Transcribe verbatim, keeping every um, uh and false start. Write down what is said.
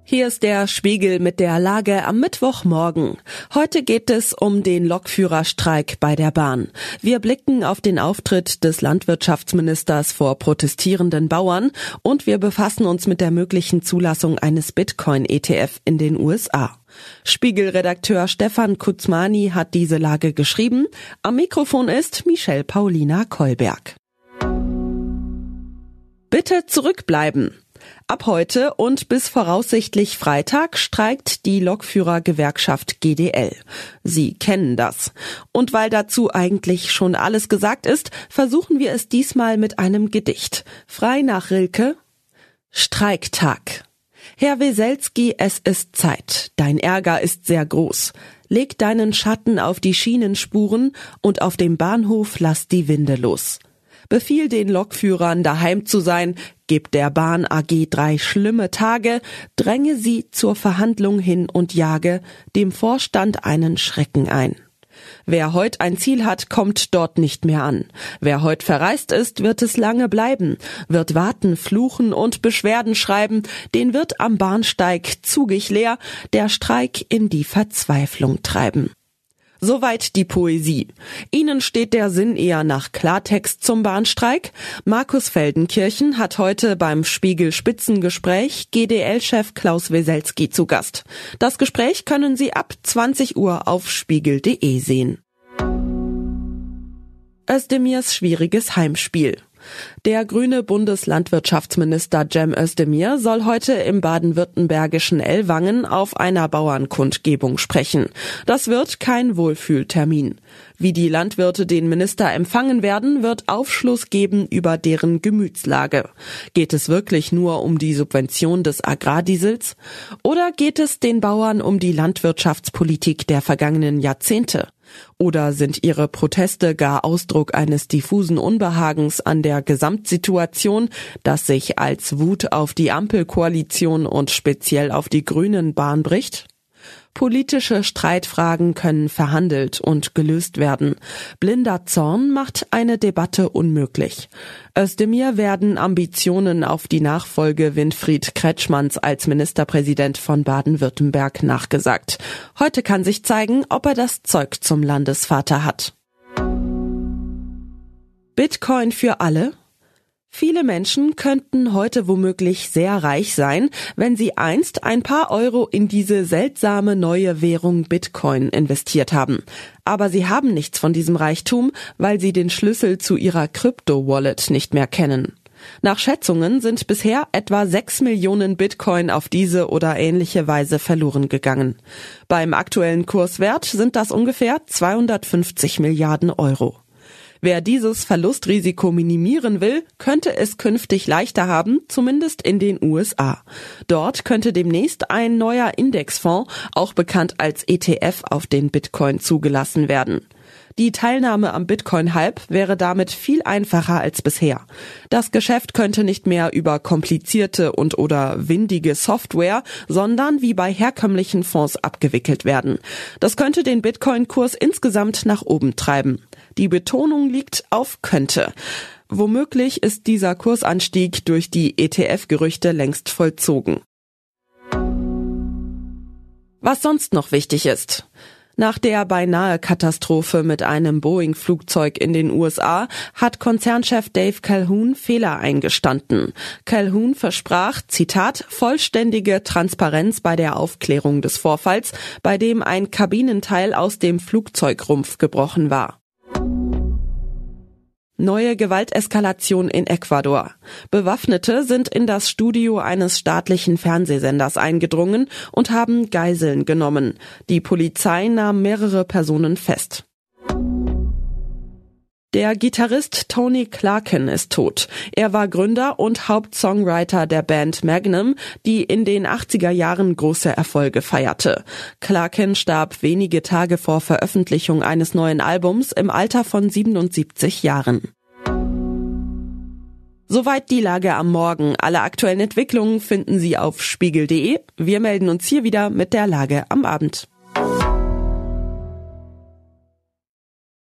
Hier ist der Spiegel mit der Lage am Mittwochmorgen. Heute geht es um den Lokführerstreik bei der Bahn. Wir blicken auf den Auftritt des Landwirtschaftsministers vor protestierenden Bauern und wir befassen uns mit der möglichen Zulassung eines Bitcoin-E T F in den U S A. Spiegelredakteur Stefan Kuzmani hat diese Lage geschrieben. Am Mikrofon ist Michelle Paulina Kolberg. Bitte zurückbleiben. Ab heute und bis voraussichtlich Freitag streikt die Lokführergewerkschaft G D L. Sie kennen das. Und weil dazu eigentlich schon alles gesagt ist, versuchen wir es diesmal mit einem Gedicht. Frei nach Rilke. Streiktag. Herr Weselski, es ist Zeit. Dein Ärger ist sehr groß. Leg deinen Schatten auf die Schienenspuren und auf dem Bahnhof lass die Winde los. Befiehl den Lokführern, daheim zu sein, gib der Bahn A G drei schlimme Tage, dränge sie zur Verhandlung hin und jage dem Vorstand einen Schrecken ein. Wer heut ein Ziel hat, kommt dort nicht mehr an. Wer heut verreist ist, wird es lange bleiben, wird warten, fluchen und Beschwerden schreiben, den wird am Bahnsteig zugig leer der Streik in die Verzweiflung treiben. Soweit die Poesie. Ihnen steht der Sinn eher nach Klartext zum Bahnstreik. Markus Feldenkirchen hat heute beim Spiegel-Spitzengespräch G D L-Chef Klaus Weselski zu Gast. Das Gespräch können Sie ab zwanzig Uhr auf spiegel punkt de sehen. Özdemirs schwieriges Heimspiel. Der grüne Bundeslandwirtschaftsminister Cem Özdemir soll heute im baden-württembergischen Ellwangen auf einer Bauernkundgebung sprechen. Das wird kein Wohlfühltermin. Wie die Landwirte den Minister empfangen werden, wird Aufschluss geben über deren Gemütslage. Geht es wirklich nur um die Subvention des Agrardiesels? Oder geht es den Bauern um die Landwirtschaftspolitik der vergangenen Jahrzehnte? Oder sind ihre Proteste gar Ausdruck eines diffusen Unbehagens an der Gesamtsituation, das sich als Wut auf die Ampelkoalition und speziell auf die Grünen Bahn bricht? Politische Streitfragen können verhandelt und gelöst werden. Blinder Zorn macht eine Debatte unmöglich. Özdemir werden Ambitionen auf die Nachfolge Winfried Kretschmanns als Ministerpräsident von Baden-Württemberg nachgesagt. Heute kann sich zeigen, ob er das Zeug zum Landesvater hat. Bitcoin für alle? Viele Menschen könnten heute womöglich sehr reich sein, wenn sie einst ein paar Euro in diese seltsame neue Währung Bitcoin investiert haben. Aber sie haben nichts von diesem Reichtum, weil sie den Schlüssel zu ihrer Krypto-Wallet nicht mehr kennen. Nach Schätzungen sind bisher etwa sechs Millionen Bitcoin auf diese oder ähnliche Weise verloren gegangen. Beim aktuellen Kurswert sind das ungefähr zweihundertfünfzig Milliarden Euro. Wer dieses Verlustrisiko minimieren will, könnte es künftig leichter haben, zumindest in den U S A. Dort könnte demnächst ein neuer Indexfonds, auch bekannt als E T F, auf den Bitcoin zugelassen werden. Die Teilnahme am Bitcoin-Hype wäre damit viel einfacher als bisher. Das Geschäft könnte nicht mehr über komplizierte und oder windige Software, sondern wie bei herkömmlichen Fonds abgewickelt werden. Das könnte den Bitcoin-Kurs insgesamt nach oben treiben. Die Betonung liegt auf könnte. Womöglich ist dieser Kursanstieg durch die E T F-Gerüchte längst vollzogen. Was sonst noch wichtig ist: Nach der Beinahe-Katastrophe mit einem Boeing-Flugzeug in den U S A hat Konzernchef Dave Calhoun Fehler eingestanden. Calhoun versprach, Zitat, vollständige Transparenz bei der Aufklärung des Vorfalls, bei dem ein Kabinenteil aus dem Flugzeugrumpf gebrochen war. Neue Gewalteskalation in Ecuador. Bewaffnete sind in das Studio eines staatlichen Fernsehsenders eingedrungen und haben Geiseln genommen. Die Polizei nahm mehrere Personen fest. Der Gitarrist Tony Clarken ist tot. Er war Gründer und Hauptsongwriter der Band Magnum, die in den achtziger Jahren große Erfolge feierte. Clarken starb wenige Tage vor Veröffentlichung eines neuen Albums im Alter von siebenundsiebzig Jahren. Soweit die Lage am Morgen. Alle aktuellen Entwicklungen finden Sie auf spiegel punkt de. Wir melden uns hier wieder mit der Lage am Abend.